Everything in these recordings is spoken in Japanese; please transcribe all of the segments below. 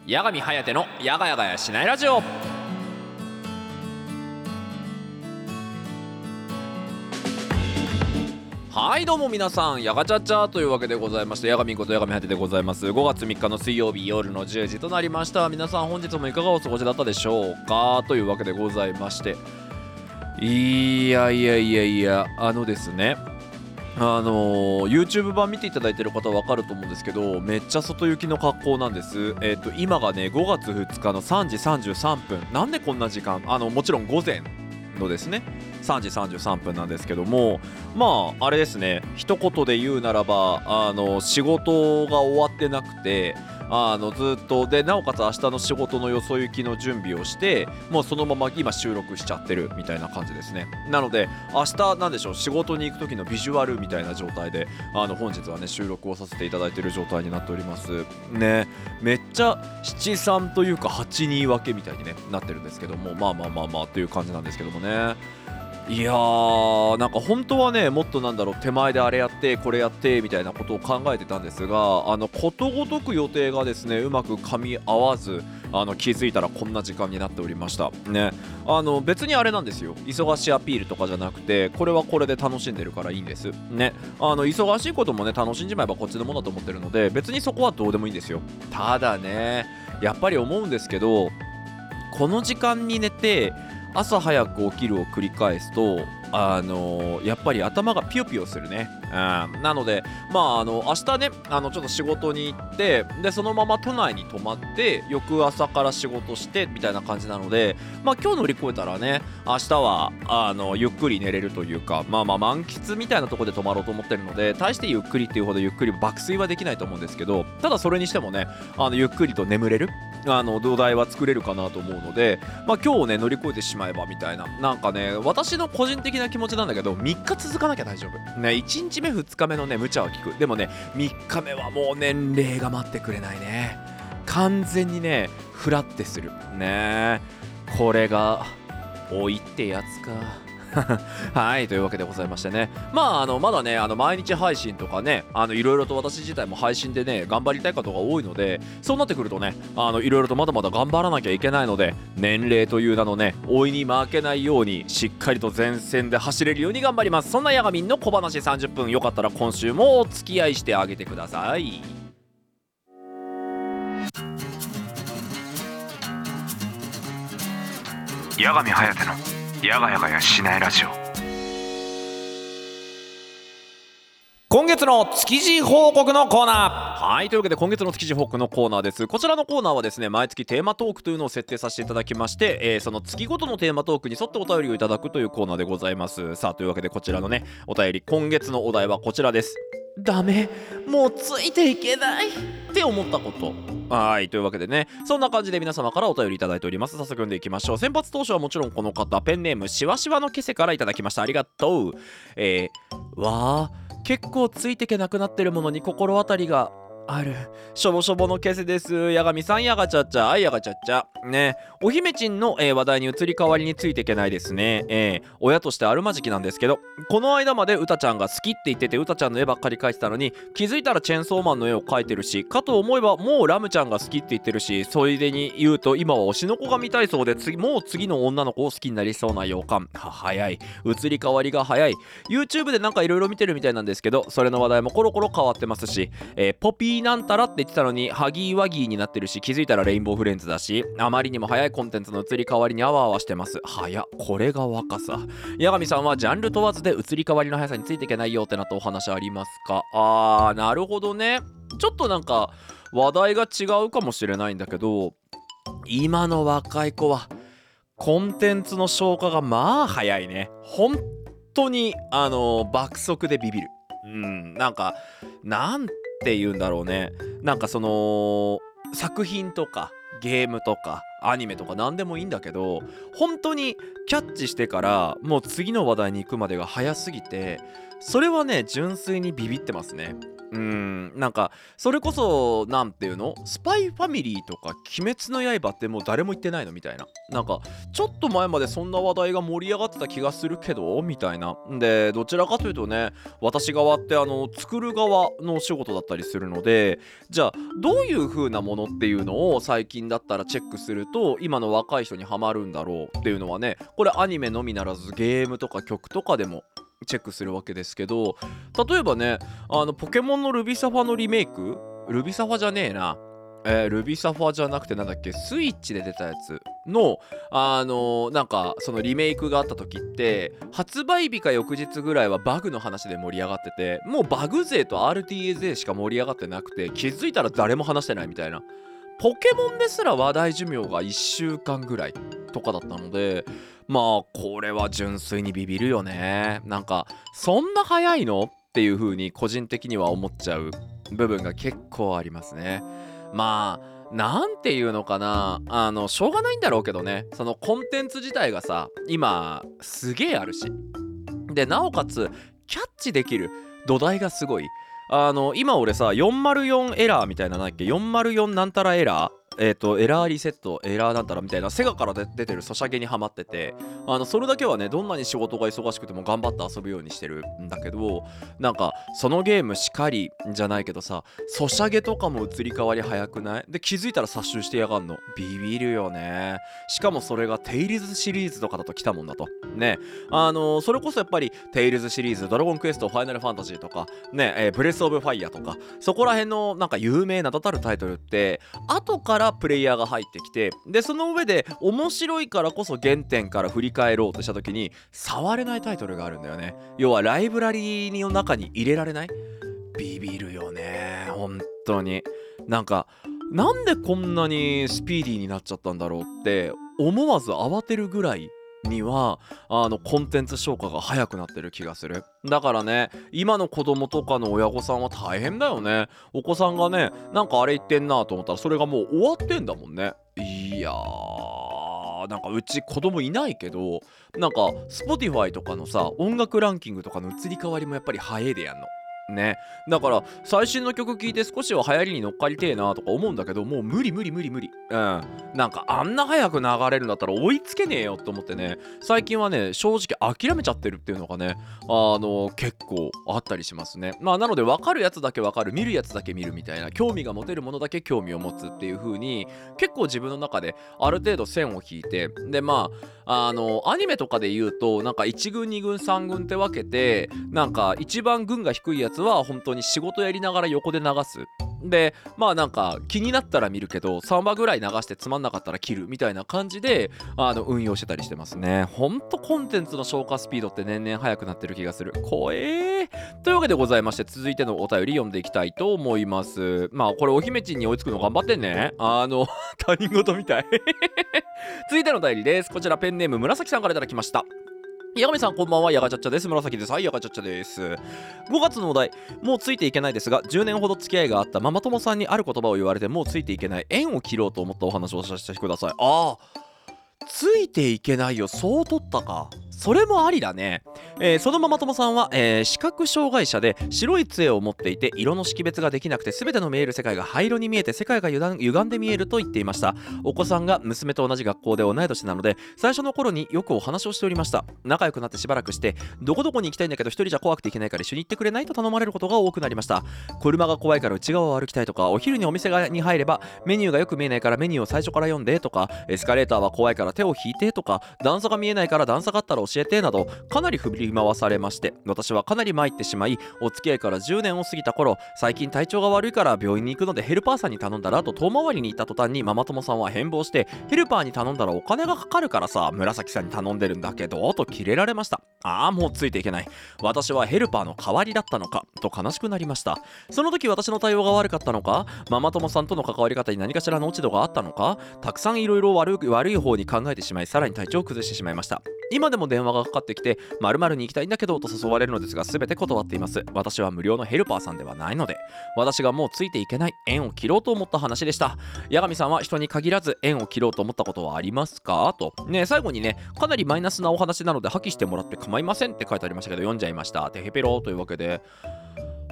八神颯のやがやがやしないラジオ。はいどうも皆さん、やがちゃっちゃというわけでございまして、やがみんことやがみはてでございます。5月3日の水曜日夜の10時となりました。皆さん本日もいかがお過ごしだったでしょうかというわけでございまして、いやですね、YouTube 版見ていただいている方は分かると思うんですけど、めっちゃ外行きの格好なんです。今がね5月2日の3時33分。なんでこんな時間、もちろん午前のですね3時33分なんですけども、まああれですね、一言で言うならば仕事が終わってなくて、ずっとで、なおかつ明日の仕事のよそ行きの準備をして、もうそのまま今収録しちゃってるみたいな感じですね。なので明日なんでしょう、仕事に行く時のビジュアルみたいな状態で本日はね収録をさせていただいている状態になっておりますね。めっちゃ7-3というか8-2分けみたいに、ね、なってるんですけども、まあという感じなんですけどもね。いやー、なんか本当はね、もっとなんだろう、手前であれやってこれやってみたいなことを考えてたんですが、ことごとく予定がですねうまく噛み合わず、気づいたらこんな時間になっておりましたね。別にあれなんですよ、忙しいアピールとかじゃなくて、これはこれで楽しんでるからいいんですね。忙しいこともね楽しんじまえばこっちのものだと思ってるので、別にそこはどうでもいいんですよ。ただね、やっぱり思うんですけど、この時間に寝て朝早く起きるを繰り返すと、やっぱり頭がピヨピヨするね。なので、明日ね、ちょっと仕事に行って、で、そのまま都内に泊まって、翌朝から仕事して、みたいな感じなので、今日乗り越えたらね、明日は、ゆっくり寝れるというか、満喫みたいなところで泊まろうと思ってるので、大してゆっくりっていうほどゆっくり爆睡はできないと思うんですけど、ただそれにしてもね、ゆっくりと眠れる、土台は作れるかなと思うので、今日をね、乗り越えてしまえばみたいな、なんかね、私の個人的な気持ちなんだけど、3日続かなきゃ大丈夫ね。1日目2日目のね無茶は効く。でもね、3日目はもう年齢が待ってくれないね。完全にねフラってするね。これが老いってやつか。はいというわけでございましてね、まだね毎日配信とかね、いろいろと私自体も配信でね頑張りたいことが多いので、そうなってくるとねいろいろとまだまだ頑張らなきゃいけないので、年齢という名のね老いに負けないようにしっかりと前線で走れるように頑張ります。そんなやがみんの小話30分、よかったら今週もお付き合いしてあげてください。 八神颯のやがやがやしないラジオ。 今月の築地報告のコーナー。はいというわけで今月の築地報告のコーナーです。こちらのコーナーはですね、毎月テーマトークというのを設定させていただきまして、その月ごとのテーマトークに沿ってお便りをいただくというコーナーでございます。さあというわけでこちらのねお便り、今月のお題はこちらです。ダメ、もうついていけないって思ったこと。はいというわけでね、そんな感じで皆様からお便りいただいております。早速読んでいきましょう。先発投手はもちろんこの方、ペンネームしわしわのケセからいただきました。ありがとう。わー、結構ついてけなくなってるものに心当たりがあるしょぼしょぼのケセです。やがみさん、やがちゃっちゃ、あいやがちゃっちゃね。お姫ちんの、話題に移り変わりについていけないですね。親としてあるまじきなんですけど、この間までうたちゃんが好きって言ってて、うたちゃんの絵ばっかり描いてたのに、気づいたらチェーンソーマンの絵を描いてるし、かと思えばもうラムちゃんが好きって言ってるし、それでに言うと今は推しの子が見たいそうで、もう次の女の子を好きになりそうな予感。早い、移り変わりが早い。 YouTube でなんかいろいろ見てるみたいなんですけど、それの話題もコロコロ変わってますし、ポピーなんたらって言ってたのにハギーワギーになってるし、気づいたらレインボーフレンズだし、あまりにも早いコンテンツの移り変わりにあわあわしてます。これが若さ。八神さんはジャンル問わずで移り変わりの速さについていけないよってなったお話ありますか？なるほどね。ちょっとなんか話題が違うかもしれないんだけど、今の若い子はコンテンツの消化が早いね。本当に爆速でビビる。なんかなんて言うんだろうね。なんかその作品とかゲームとかアニメとか何でもいいんだけど、本当にキャッチしてからもう次の話題に行くまでが早すぎて、それはね純粋にビビってますね。 なんかそれこそなんていうの、スパイファミリーとか鬼滅の刃ってもう誰も言ってないのみたいな、なんかちょっと前までそんな話題が盛り上がってた気がするけどみたいな。でどちらかというとね、私側って作る側のお仕事だったりするので、じゃあどういう風なものっていうのを最近だったらチェックすると今の若い人にハマるんだろうっていうのはね、これアニメのみならずゲームとか曲とかでもチェックするわけですけど、例えばね、ポケモンのルビサファのリメイク、ルビサファじゃねえな、ルビサファじゃなくてなんだっけ、スイッチで出たやつのなんかそのリメイクがあった時って、発売日か翌日ぐらいはバグの話で盛り上がってて、もうバグ勢と RTA 勢しか盛り上がってなくて、気づいたら誰も話してないみたいな。ポケモンですら話題寿命が1週間ぐらいとかだったので、まあこれは純粋にビビるよね。なんかそんな早いのっていう風に個人的には思っちゃう部分が結構ありますね。まあなんていうのかな、しょうがないんだろうけどね、そのコンテンツ自体がさ今すげえあるし、でなおかつキャッチできる土台がすごい。今俺さ404エラーみたいな、なんだっけ、404なんたらエラー、エラーリセットエラーなんたらみたいなセガから出てるソシャゲにハマってて、それだけはね、どんなに仕事が忙しくても頑張って遊ぶようにしてるんだけど、なんかそのゲームしかりじゃないけどさ、ソシャゲとかも移り変わり早くない？で気づいたら殺収してやがんの。ビビるよね。しかもそれがテイルズシリーズとかだと来たもんだとね。それこそやっぱりテイルズシリーズ、ドラゴンクエスト、ファイナルファンタジーとかね、ブレスオブファイヤーとか、そこら辺のなんか有名な名だたるタイトルって後からプレイヤーが入ってきて、でその上で面白いからこそ原点から振り返ろうとした時に触れないタイトルがあるんだよね。要はライブラリーの中に入れられない。ビビるよね本当に。なんでこんなにスピーディーになっちゃったんだろうって思わず慌てるぐらいにはコンテンツ消化が早くなってる気がする。だからね、今の子供とかの親御さんは大変だよね。お子さんがね、なんかあれ言ってんなと思ったらそれがもう終わってんだもんね。いやー、なんかうち子供いないけど、なんか Spotify とかのさ音楽ランキングとかの移り変わりもやっぱり早いでやんのね。だから最新の曲聴いて少しは流行りに乗っかりてえなとか思うんだけど、もう無理。なんかあんな早く流れるんだったら追いつけねえよと思ってね、最近はね正直諦めちゃってるっていうのがね、結構あったりしますね。まあなので分かるやつだけ分かる、見るやつだけ見るみたいな、興味が持てるものだけ興味を持つっていう風に結構自分の中である程度線を引いて、でまあアニメとかで言うとなんか1軍2軍3軍って分けて、なんか一番軍が低いやつは本当に仕事やりながら横で流す。でまあなんか気になったら見るけど3話ぐらい流してつまんなかったら切るみたいな感じで運用してたりしてますね。ほんとコンテンツの消化スピードって年々速くなってる気がする。怖え。というわけでございまして、続いてのお便り読んでいきたいと思います。まあこれお姫ちんに追いつくの頑張ってんね。他人事みたい続いてのお便りです。こちらペンネーム紫さんからいただきました。八神さんこんばんは、やがちゃっちゃです。紫です。はい、やがちゃっちゃです。5月のお題、もうついていけないですが、10年ほど付き合いがあったママ友さんにある言葉を言われてもうついていけない、縁を切ろうと思ったお話をさせてください。ついていけないよ、そう取ったか。それもありだね。そのママ友さんは、視覚障害者で白い杖を持っていて色の識別ができなくて全ての見える世界が灰色に見えて世界が歪んで見えると言っていました。お子さんが娘と同じ学校で同い年なので最初の頃によくお話をしておりました。仲良くなってしばらくしてどこどこに行きたいんだけど一人じゃ怖くて行けないから一緒に行ってくれないと頼まれることが多くなりました。車が怖いから内側を歩きたいとか、お昼にお店に入ればメニューがよく見えないからメニューを最初から読んでとか、エスカレーターは怖いから手を引いてとか、段差が見えないから段差があったら教えてなどかなり振り回されまして、私はかなり参ってしまい、お付き合いから10年を過ぎた頃、最近体調が悪いから病院に行くのでヘルパーさんに頼んだらと遠回りに行った途端にママ友さんは変貌して、ヘルパーに頼んだらお金がかかるからさ、紫さんに頼んでるんだけどとキレられました。もうついていけない、私はヘルパーの代わりだったのかと悲しくなりました。その時私の対応が悪かったのか、ママ友さんとの関わり方に何かしらの落ち度があったのか、たくさんいろいろ悪い方に考えてしまい、さらに体調を崩してしまいました。今でも電話がかかってきて〇〇に行きたいんだけどと誘われるのですが、全て断っています。私は無料のヘルパーさんではないので。私がもうついていけない、縁を切ろうと思った話でした。八神さんは人に限らず縁を切ろうと思ったことはありますかとね。最後にね、かなりマイナスなお話なので破棄してもらって構いませんって書いてありましたけど、読んじゃいました。てへぺろというわけで、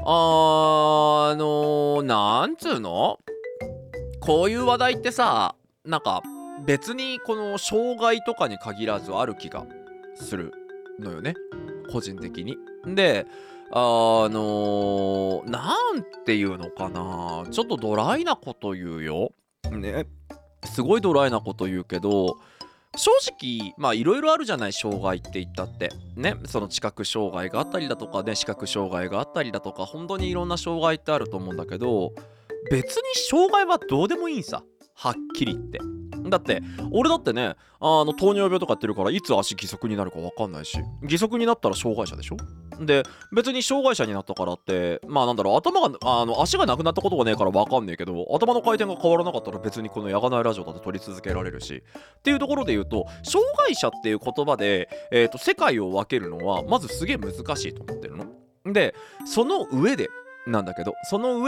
なんつうの、こういう話題ってさ、なんか別にこの障害とかに限らずある気がするのよね、個人的に。で、なんていうのかな、ちょっとドライなこと言うよ。ね、すごいドライなこと言うけど、正直まあいろいろあるじゃない、障害って言ったってね。その知覚障害があったりだとかね、視覚障害があったりだとか、本当にいろんな障害ってあると思うんだけど、別に障害はどうでもいいんさ、はっきり言って。だって俺だってね、糖尿病とかやってるから、いつ足義足になるか分かんないし、義足になったら障害者でしょ。で別に障害者になったからって、まあなんだろう、頭が足がなくなったことがねえから分かんねえけど、頭の回転が変わらなかったら別にこのやがないラジオだって撮り続けられるしっていうところで言うと、障害者っていう言葉で、世界を分けるのはまずすげえ難しいと思ってるので、その上でなんだけど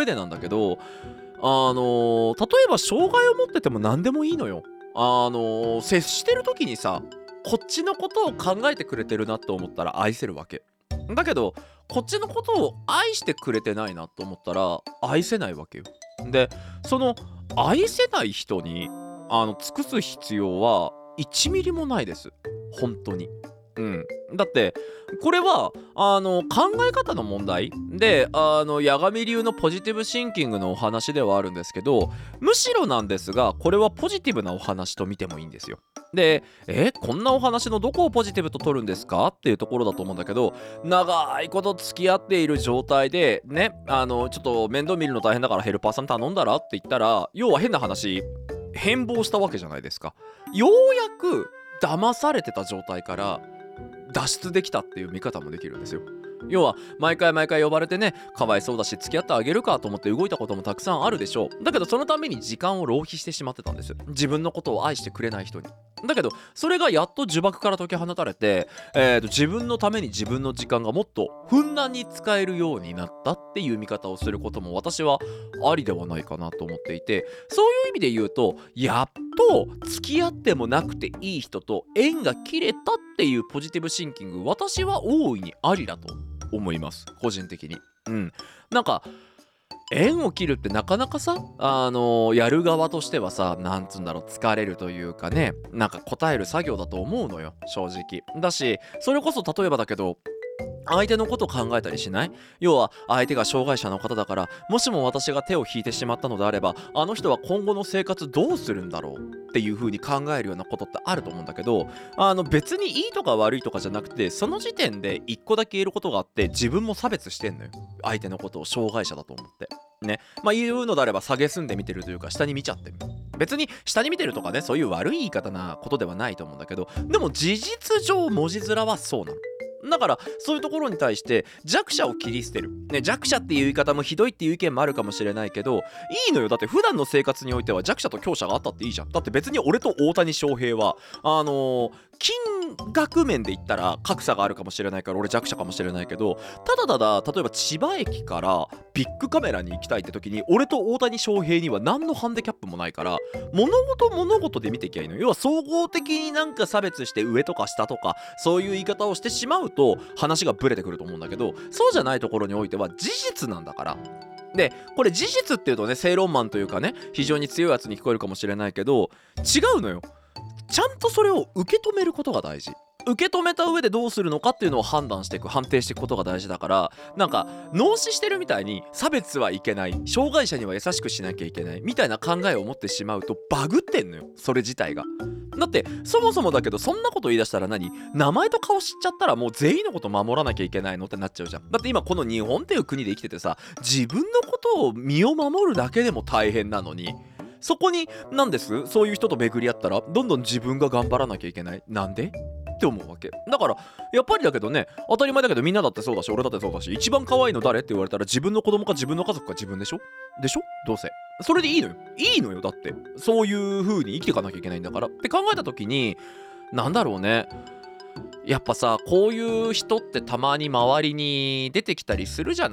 例えば障害を持ってても何でもいいのよ。接してる時にさ、こっちのことを考えてくれてるなって思ったら愛せるわけだけど、こっちのことを愛してくれてないなと思ったら愛せないわけよ。でその愛せない人に尽くす必要は1ミリもないです、本当に。だってこれは考え方の問題で、八神流のポジティブシンキングのお話ではあるんですけど、むしろなんですが、これはポジティブなお話と見てもいいんですよ。でこんなお話のどこをポジティブと取るんですかっていうところだと思うんだけど、長いこと付き合っている状態でね、ちょっと面倒見るの大変だからヘルパーさん頼んだらって言ったら、要は変な話変貌したわけじゃないですか。ようやく騙されてた状態から脱出できたっていう見方もできるんですよ。要は毎回呼ばれてね、かわいそうだし付き合ってあげるかと思って動いたこともたくさんあるでしょう。だけどそのために時間を浪費してしまってたんです、自分のことを愛してくれない人に。だけどそれがやっと呪縛から解き放たれて、自分のために自分の時間がもっとふんだんに使えるようになったっていう見方をすることも私はありではないかなと思っていて、そういう意味で言うと、やっと付き合ってもなくていい人と縁が切れたっていうポジティブシンキング、私は大いにありだと思います、個人的に。なんか縁を切るってなかなかさ、やる側としてはさ、なんつうんだろう、疲れるというかね、なんか答える作業だと思うのよ、正直。だしそれこそ例えばだけど、相手のことを考えたりしない？要は相手が障害者の方だから、もしも私が手を引いてしまったのであれば、あの人は今後の生活どうするんだろうっていう風に考えるようなことってあると思うんだけど、別にいいとか悪いとかじゃなくて、その時点で一個だけ言えることがあって、自分も差別してんのよ、相手のことを障害者だと思ってね。言うのであれば蔑んで見てるというか、下に見ちゃってる。別に下に見てるとかね、そういう悪い言い方なことではないと思うんだけど、でも事実上文字面はそうなの。だからそういうところに対して弱者を切り捨てる、ね、弱者っていう言い方もひどいっていう意見もあるかもしれないけど、いいのよ。だって普段の生活においては弱者と強者があったっていいじゃん。だって別に俺と大谷翔平は金額面で言ったら格差があるかもしれないから俺弱者かもしれないけど、ただ例えば千葉駅からビッグカメラに行きたいって時に、俺と大谷翔平には何のハンデキャップもないから、物事で見ていきゃいいのよ。要は総合的になんか差別して上とか下とかそういう言い方をしてしまうと話がブレてくると思うんだけど、そうじゃないところにおいては事実なんだから。でこれ事実っていうとね、正論マンというかね、非常に強いやつに聞こえるかもしれないけど、違うのよ。ちゃんとそれを受け止めることが大事。受け止めた上でどうするのかっていうのを判定していくことが大事だから、なんか脳死してるみたいに差別はいけない、障害者には優しくしなきゃいけないみたいな考えを持ってしまうとバグってんのよ、それ自体が。だってそもそもだけど、そんなこと言い出したら名前と顔知っちゃったらもう全員のこと守らなきゃいけないのってなっちゃうじゃん。だって今この日本っていう国で生きててさ、自分のことを身を守るだけでも大変なのに、そこになんですそういう人と巡り合ったらどんどん自分が頑張らなきゃいけない、なんでって思うわけだから、やっぱりだけどね、当たり前だけどみんなだってそうだし俺だってそうだし、一番可愛いの誰って言われたら自分の子供か自分の家族か自分でしょどうせそれでいいのよ。だってそういう風に生きていかなきゃいけないんだからって考えた時に、なんだろうね、やっぱさ、こういう人ってたまに周りに出てきたりするじゃない。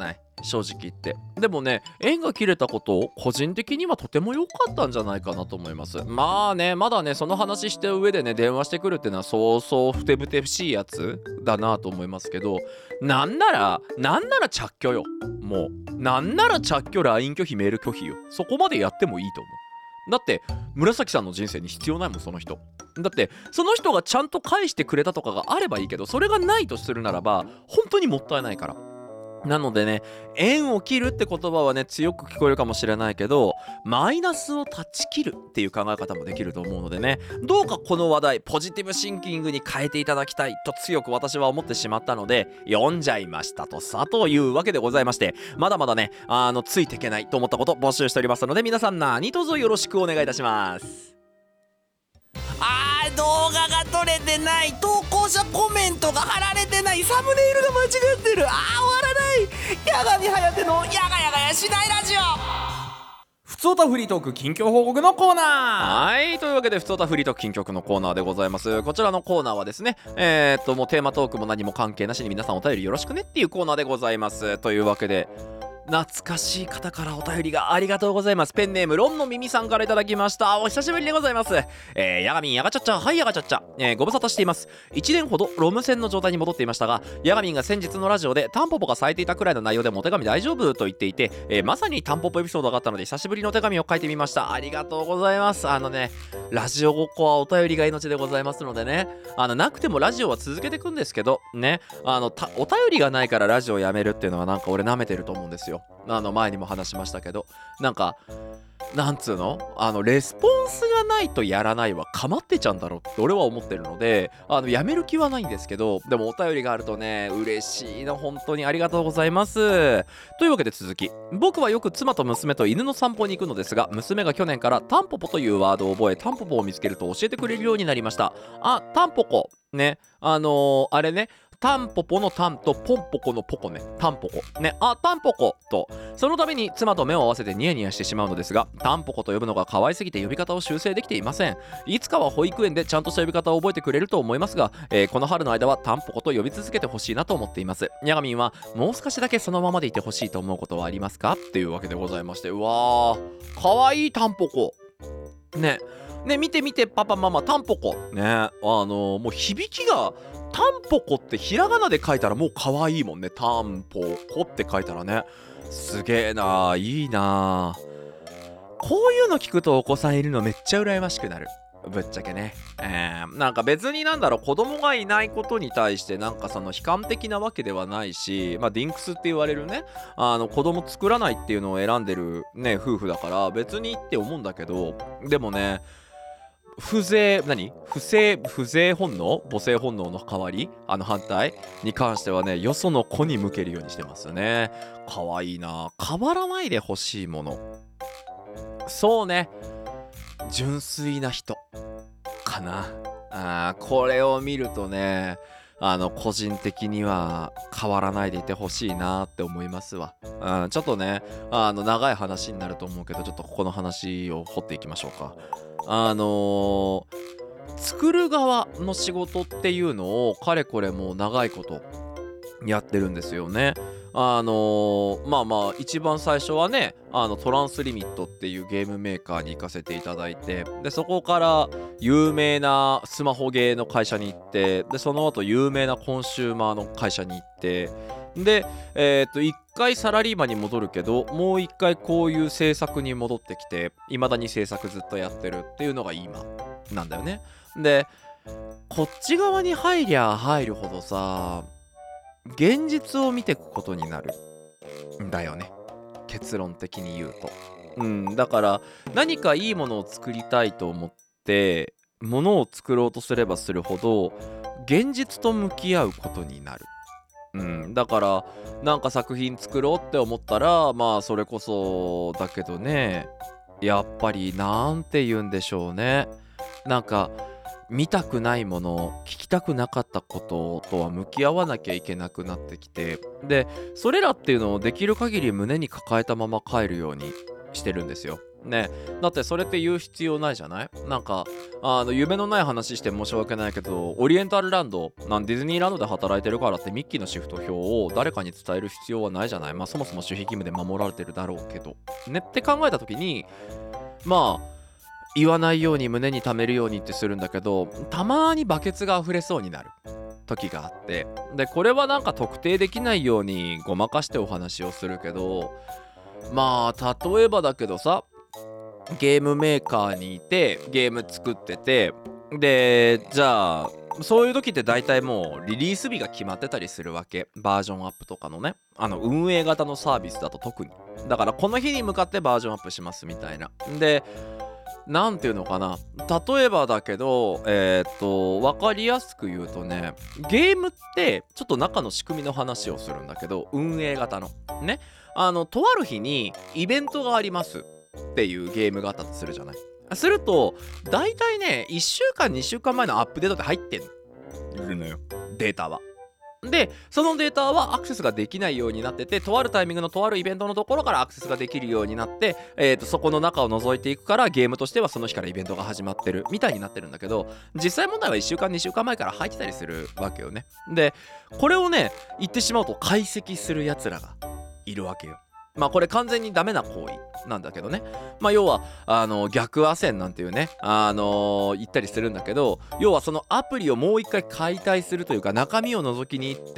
正直言って。でもね、縁が切れたことを個人的にはとても良かったんじゃないかなと思います。まあね、まだねその話して上でね電話してくるっていうのはそうそうふてぶてしいやつだなと思いますけど、なんなら着去よ。もうなんなら着去、 LINE 拒否、メール拒否よ。そこまでやってもいいと思う。だって紫さんの人生に必要ないもん、その人。だってその人がちゃんと返してくれたとかがあればいいけど、それがないとするならば本当にもったいないから。なのでね、縁を切るって言葉はね強く聞こえるかもしれないけど、マイナスを断ち切るっていう考え方もできると思うのでね、どうかこの話題ポジティブシンキングに変えていただきたいと強く私は思ってしまったので読んじゃいましたとさ、というわけでございまして、まだまだねついていけないと思ったこと募集しておりますので、皆さん何卒よろしくお願いいたします。動画が撮れてない、投稿者コメントが貼られてない、サムネイルが間違ってる、終わらない、矢神颯のやがやがやしないラジオ。ふつおたフリートーク近況報告のコーナー。はい、というわけでふつおたフリートーク近況のコーナーでございます。こちらのコーナーはですね、もうテーマトークも何も関係なしに皆さんお便りよろしくねっていうコーナーでございます。というわけで懐かしい方からお便りがありがとうございます。ペンネームロンの耳さんからいただきました。お久しぶりでございます。ヤガミンヤガチャッチャ、はいヤガチャッチャ、ご無沙汰しています。1年ほどロム線の状態に戻っていましたが、ヤガミンが先日のラジオでタンポポが咲いていたくらいの内容でもお手紙大丈夫と言っていて、まさにタンポポエピソードがあったので久しぶりのお手紙を書いてみました。ありがとうございます。ラジオごっこはお便りが命でございますのでね、なくてもラジオは続けていくんですけどね、お便りがないからラジオやめるっていうのはなんか俺舐めてると思うんですよ。前にも話しましたけど、なんかなんつうの、レスポンスがないとやらないはかまってちゃうんだろうって俺は思ってるので、やめる気はないんですけど、でもお便りがあるとね嬉しいの。本当にありがとうございます。というわけで続き、僕はよく妻と娘と犬の散歩に行くのですが、娘が去年からタンポポというワードを覚え、タンポポを見つけると教えてくれるようになりました。タンポコね、あれね、タンポポのタンとポンポコのポコね、タンポコね、タンポコと、そのために妻と目を合わせてニヤニヤしてしまうのですが、タンポコと呼ぶのが可愛すぎて呼び方を修正できていません。いつかは保育園でちゃんとした呼び方を覚えてくれると思いますが、この春の間はタンポコと呼び続けてほしいなと思っています。ヤガミンはもう少しだけそのままでいてほしいと思うことはありますかっていうわけでございまして、うわー可愛いタンポコね。見て見てパパママ、タンポコね、もう響きが、タンポコってひらがなで書いたらもう可愛いもんね。タンポコって書いたらね、すげえな、いいな。こういうの聞くとお子さんいるのめっちゃ羨ましくなる、ぶっちゃけね。なんか別に子供がいないことに対してなんかその悲観的なわけではないし、ディンクスって言われるね、子供作らないっていうのを選んでるね夫婦だから別にって思うんだけど、でもね、不正本能、母性本能の代わり、反対に関してはね、よその子に向けるようにしてますね。可愛いな。変わらないでほしいもの、そうね、純粋な人かな。これを見るとね、個人的には変わらないでいてほしいなって思いますわ。ちょっとね、長い話になると思うけど、ちょっとここの話を掘っていきましょうか。作る側の仕事っていうのをかれこれもう長いことやってるんですよね。一番最初はね、トランスリミットっていうゲームメーカーに行かせていただいて、でそこから有名なスマホゲーの会社に行って、でその後有名なコンシューマーの会社に行って、で一回サラリーマンに戻るけど、もう一回こういう制作に戻ってきて、未だに制作ずっとやってるっていうのが今なんだよね。でこっち側に入りゃ入るほどさ、現実を見ていくことになるんだよね、結論的に言うと。だから何かいいものを作りたいと思ってものを作ろうとすればするほど現実と向き合うことになる。だからなんか作品作ろうって思ったら、それこそだけどね、やっぱりなんて言うんでしょうね、なんか見たくないもの、聞きたくなかったこととは向き合わなきゃいけなくなってきて、でそれらっていうのをできる限り胸に抱えたまま帰るようにしてるんですよ。 ね。だってそれって言う必要ないじゃない。なんか夢のない話して申し訳ないけど、オリエンタルランドディズニーランドで働いてるからってミッキーのシフト表を誰かに伝える必要はないじゃない。まあそもそも守秘義務で守られてるだろうけどねって考えた時に、まあ言わないように胸に溜めるようにってするんだけど、たまにバケツが溢れそうになる時があって、でこれはなんか特定できないようにごまかしてお話をするけど、まあ例えばだけどさ、ゲームメーカーにいてゲーム作ってて、でじゃあそういう時って大体もうリリース日が決まってたりするわけ。バージョンアップとかのね、運営型のサービスだと特に。だからこの日に向かってバージョンアップしますみたいな。でなんていうのかな、例えばだけど分かりやすく言うとね、ゲームってちょっと中の仕組みの話をするんだけど、運営型のね、とある日にイベントがありますっていうゲームがあったとするじゃない。すると大体ね1週間2週間前のアップデートで入ってるのよ、データは。でそのデータはアクセスができないようになってて、とあるタイミングのとあるイベントのところからアクセスができるようになって、そこの中を覗いていくから、ゲームとしてはその日からイベントが始まってるみたいになってるんだけど、実際問題は1週間2週間前から入ってたりするわけよね。でこれをね言ってしまうと解析するやつらがいるわけよ。まあこれ完全にダメな行為なんだけどね。まあ要は逆斡旋なんていうね言ったりするんだけど、要はそのアプリをもう一回解体するというか、中身を覗きに行って、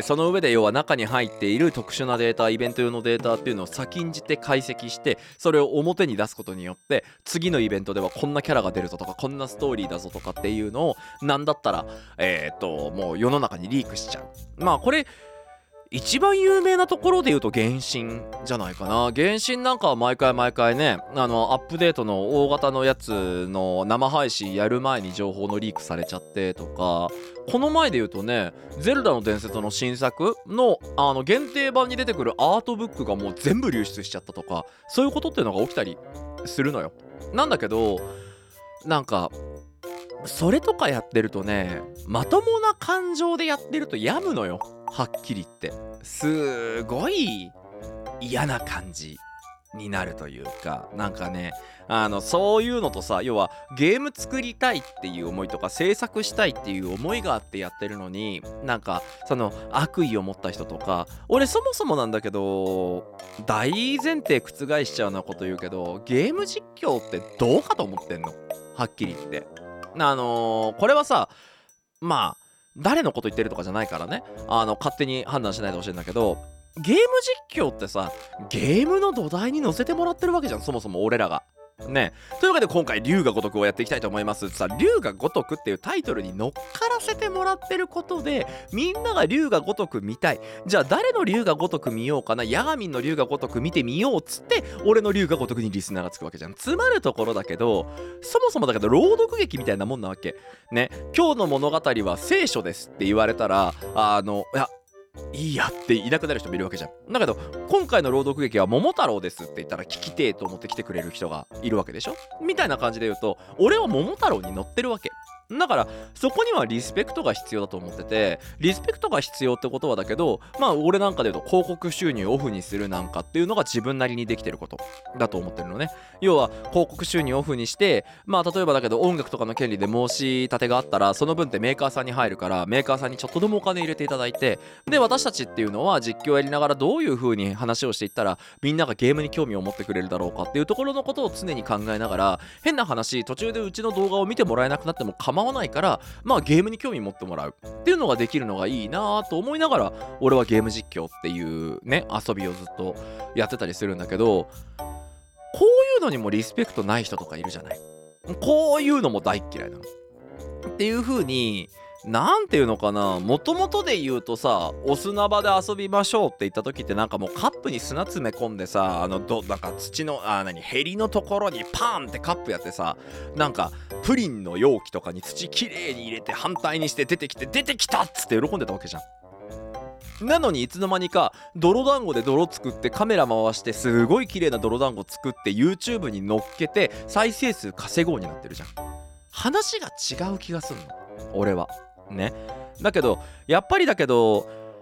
その上で要は中に入っている特殊なデータ、イベント用のデータっていうのを先んじて解析して、それを表に出すことによって、次のイベントではこんなキャラが出るぞとか、こんなストーリーだぞとかっていうのをなんだったらもう世の中にリークしちゃう。まあこれ一番有名なところで言うと原神じゃないかな。原神なんかは毎回ねアップデートの大型のやつの生配信やる前に情報のリークされちゃってとか、この前で言うとね、ゼルダの伝説の新作の限定版に出てくるアートブックがもう全部流出しちゃったとか、そういうことっていうのが起きたりするのよ。なんだけどなんかそれとかやってるとね、まともな感情でやってると病むのよ、はっきり言って。すごい嫌な感じになるというか、なんかねそういうのとさ、要はゲーム作りたいっていう思いとか制作したいっていう思いがあってやってるのに、なんかその悪意を持った人とか、俺そもそもなんだけど大前提覆しちゃうようなこと言うけど、ゲーム実況ってどうかと思ってんの、はっきり言って。これはさ、まあ誰のこと言ってるとかじゃないからね、勝手に判断しないでほしいんだけど、ゲーム実況ってさ、ゲームの土台に乗せてもらってるわけじゃん、そもそも俺らがね。というわけで今回龍が如くをやっていきたいと思います。さあ、龍が如くっていうタイトルに乗っからせてもらってることで、みんなが龍が如く見たい。じゃあ誰の龍が如く見ようかな、ヤガミンの龍が如く見てみようっつって、俺の龍が如くにリスナーがつくわけじゃん。つまるところだけど、そもそもだけど朗読劇みたいなもんなわけね。今日の物語は聖書ですって言われたら、いやいいやっていなくなる人もいるわけじゃん。だけど今回の朗読劇は桃太郎ですって言ったら聞きてえと思って来てくれる人がいるわけでしょ、みたいな感じで言うと、俺は桃太郎に乗ってるわけだから、そこにはリスペクトが必要だと思ってて、リスペクトが必要ってことはだけど、まあ俺なんかで言うと広告収入をオフにするなんかっていうのが自分なりにできてることだと思ってるのね。要は広告収入をオフにして、まあ例えばだけど音楽とかの権利で申し立てがあったら、その分ってメーカーさんに入るから、メーカーさんにちょっとでもお金入れていただいて、で私たちっていうのは実況やりながらどういう風に話をしていったらみんながゲームに興味を持ってくれるだろうかっていうところのことを常に考えながら、変な話途中でうちの動画を見てもらえなくなっても構わないから、まあゲームに興味持ってもらうっていうのができるのがいいなと思いながら、俺はゲーム実況っていうね遊びをずっとやってたりするんだけど、こういうのにもリスペクトない人とかいるじゃない。こういうのも大っ嫌いなのっていう風に、なんていうのかな、もともとで言うとさ、お砂場で遊びましょうって言った時って、なんかもうカップに砂詰め込んでさ、なんか土のヘリのところにパーンってカップやってさ、なんかプリンの容器とかに土きれいに入れて反対にして出てきたっつって喜んでたわけじゃん。なのにいつの間にか泥団子で泥作ってカメラ回してすごい綺麗な泥団子作って YouTube に乗っけて再生数稼ごうになってるじゃん。話が違う気がするの俺はね。だけどやっぱりだけど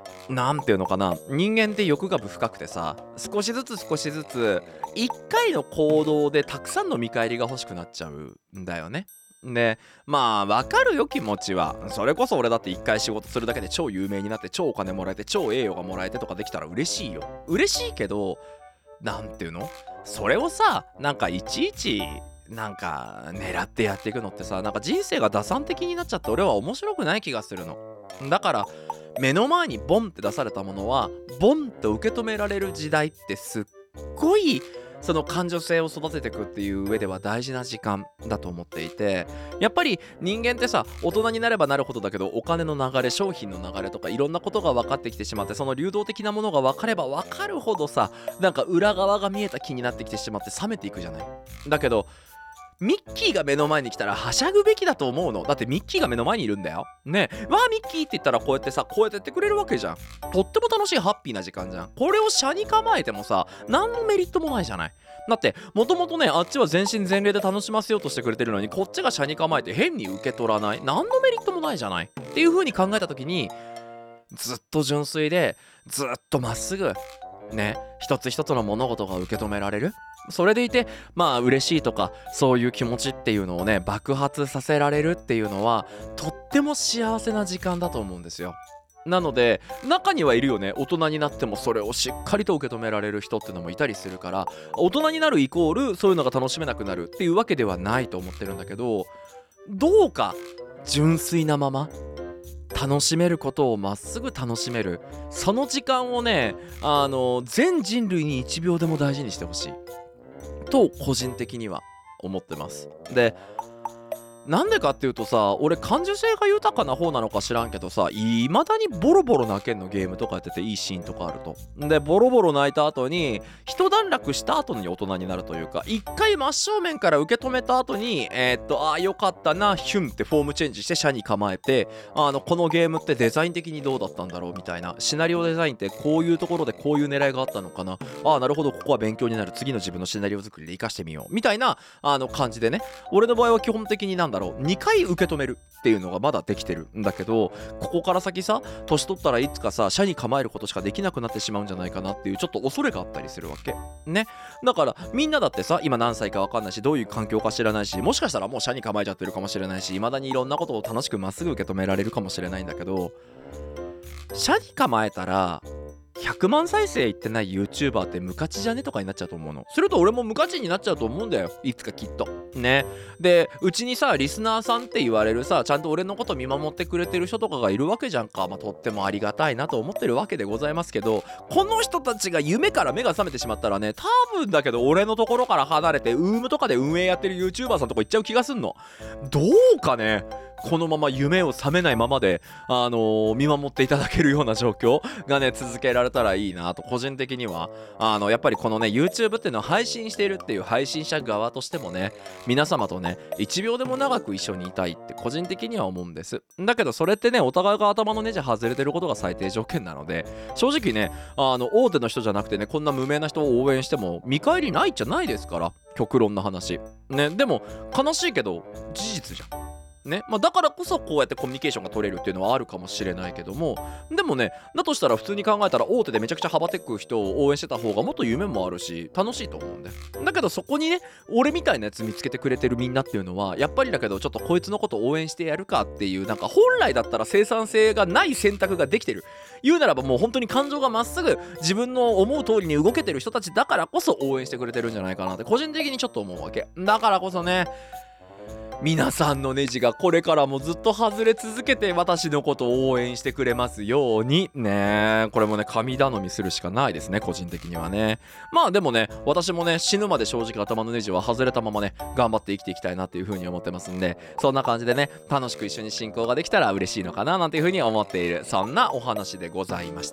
なんていうのかな、人間って欲が深くてさ、少しずつ一回の行動でたくさんの見返りが欲しくなっちゃうんだよね。で、まあわかるよ、気持ちは。それこそ俺だって一回仕事するだけで超有名になって超お金もらえて超栄誉がもらえてとかできたら嬉しいよ。嬉しいけど、なんていうの、それをさ、なんかいちいちなんか狙ってやっていくのってさ、なんか人生が打算的になっちゃって俺は面白くない気がするの。だから目の前にボンって出されたものはボンと受け止められる時代ってすっごい、その感受性を育てていくっていう上では大事な時間だと思っていて、やっぱり人間ってさ、大人になればなるほどだけど、お金の流れ、商品の流れとかいろんなことが分かってきてしまって、その流動的なものが分かれば分かるほどさ、なんか裏側が見えた気になってきてしまって冷めていくじゃない。だけどミッキーが目の前に来たらはしゃぐべきだと思うの。だってミッキーが目の前にいるんだよね。わあミッキーって言ったらこうやってさ、こうやってやってくれるわけじゃん。とっても楽しいハッピーな時間じゃん。これを車に構えてもさ、何のメリットもないじゃない。だってもともとね、あっちは全身全霊で楽しませようとしてくれてるのに、こっちが車に構えて変に受け取らない、何のメリットもないじゃないっていう風に考えた時に、ずっと純粋でずっとまっすぐね、一つ一つの物事が受け止められる、それでいてまあ嬉しいとかそういう気持ちっていうのをね、爆発させられるっていうのはとっても幸せな時間だと思うんですよ。なので中にはいるよね、大人になってもそれをしっかりと受け止められる人っていうのもいたりするから、大人になるイコールそういうのが楽しめなくなるっていうわけではないと思ってるんだけど、どうか純粋なまま楽しめることをまっすぐ楽しめる、その時間をね、全人類に1秒でも大事にしてほしいと個人的には思ってます。で、なんでかっていうとさ、俺感受性が豊かな方なのか知らんけどさ、いまだにボロボロ泣けんの、ゲームとかやってていいシーンとかあると。でボロボロ泣いた後に一段落した後に大人になるというか、一回真正面から受け止めた後にああよかったな、ヒュンってフォームチェンジして車に構えて、このゲームってデザイン的にどうだったんだろうみたいな、シナリオデザインってこういうところでこういう狙いがあったのかな、ああなるほど、ここは勉強になる、次の自分のシナリオ作りで活かしてみようみたいな感じでね、俺の場合は基本的になんだろう、2回受け止めるっていうのがまだできてるんだけど、ここから先さ、年取ったらいつかさ、車に構えることしかできなくなってしまうんじゃないかなっていうちょっと恐れがあったりするわけね。だからみんなだってさ、今何歳か分かんないし、どういう環境か知らないし、もしかしたらもう車に構えちゃってるかもしれないし、未だにいろんなことを楽しくまっすぐ受け止められるかもしれないんだけど、車に構えたら100万再生いってない YouTuber って無価値じゃねとかになっちゃうと思うの。すると俺も無価値になっちゃうと思うんだよ、いつかきっとね。でうちにさ、リスナーさんって言われるさ、ちゃんと俺のこと見守ってくれてる人とかがいるわけじゃんか。とってもありがたいなと思ってるわけでございますけど、この人たちが夢から目が覚めてしまったらね、多分だけど俺のところから離れてウームとかで運営やってる YouTuber さんとこ行っちゃう気がすんの。どうかね、このまま夢を覚めないままで、見守っていただけるような状況がね、続けられたらいいなと個人的には、やっぱりこのね YouTube っていうのを配信しているっていう配信者側としてもね、皆様とね1秒でも長く一緒にいたいって個人的には思うんです。だけどそれってね、お互いが頭のネジ外れてることが最低条件なので、正直ね、大手の人じゃなくてね、こんな無名な人を応援しても見返りないじゃないですから、極論の話ね。でも悲しいけど事実じゃんね。だからこそこうやってコミュニケーションが取れるっていうのはあるかもしれないけども、でもね、だとしたら普通に考えたら大手でめちゃくちゃ羽ばてく人を応援してた方がもっと夢もあるし楽しいと思うんで。だけどそこにね、俺みたいなやつ見つけてくれてるみんなっていうのはやっぱりだけど、ちょっとこいつのこと応援してやるかっていう、なんか本来だったら生産性がない選択ができてる、言うならばもう本当に感情がまっすぐ自分の思う通りに動けてる人たちだからこそ応援してくれてるんじゃないかなって個人的にちょっと思うわけだからこそね、皆さんのネジがこれからもずっと外れ続けて私のことを応援してくれますようにね。これもね神頼みするしかないですね、個人的にはね。でもね、私もね死ぬまで正直頭のネジは外れたままね頑張って生きていきたいなっていう風に思ってますんで、そんな感じでね楽しく一緒に進行ができたら嬉しいのかななんていう風に思っている、そんなお話でございました。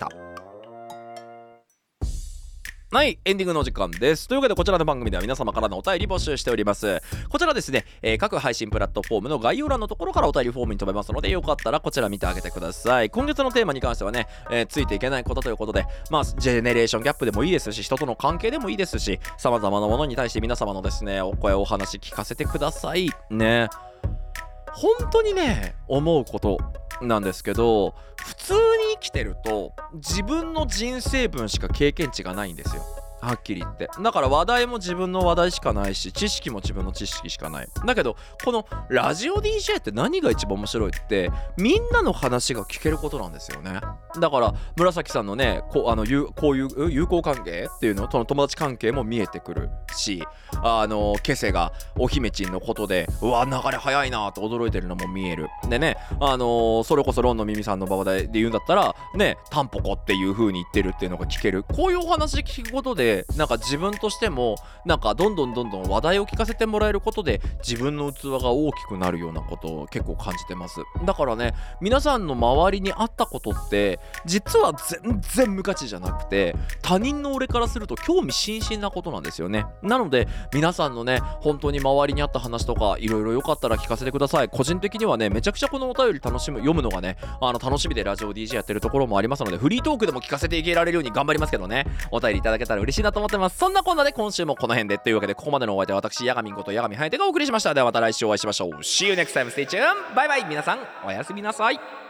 はい、エンディングのお時間です。というわけでこちらの番組では皆様からのお便り募集しております。こちらですね、各配信プラットフォームの概要欄のところからお便りフォームに飛べますので、よかったらこちら見てあげてください。今月のテーマに関してはね、ついていけないことということで、ジェネレーションギャップでもいいですし、人との関係でもいいですし、様々なものに対して皆様のですねお声、お話聞かせてくださいね。本当にね思うことなんですけど、 普通に生きてると自分の人生分しか経験値がないんですよ、はっきり言って。だから話題も自分の話題しかないし、知識も自分の知識しかない。だけどこのラジオ DJ って何が一番面白いって、みんなの話が聞けることなんですよね。だから紫さんのね、こういう友好関係っていうの、その友達関係も見えてくるし、ケセがお姫ちんのことでうわ流れ早いなと驚いてるのも見える。でね、それこそロンの耳さんの場で言うんだったらね、タンポコっていう風に言ってるっていうのが聞ける。こういうお話聞くことで、なんか自分としてもなんかどんどん話題を聞かせてもらえることで、自分の器が大きくなるようなことを結構感じてます。だからね、皆さんの周りにあったことって実は全然無価値じゃなくて、他人の俺からすると興味津々なことなんですよね。なので皆さんのね、本当に周りにあった話とかいろいろよかったら聞かせてください。個人的にはね、めちゃくちゃこのお便り読むのがね、楽しみでラジオ DJ やってるところもありますので、フリートークでも聞かせていけられるように頑張りますけどね、お便りいただけたら嬉しいなと思ってます。そんなこんなで今週もこの辺で、というわけでここまでのお相手は私ヤガミンことヤガミハヤテがお送りしました。ではまた来週お会いしましょう。 See you next time, stay tuned, バイバイ。皆さんおやすみなさい。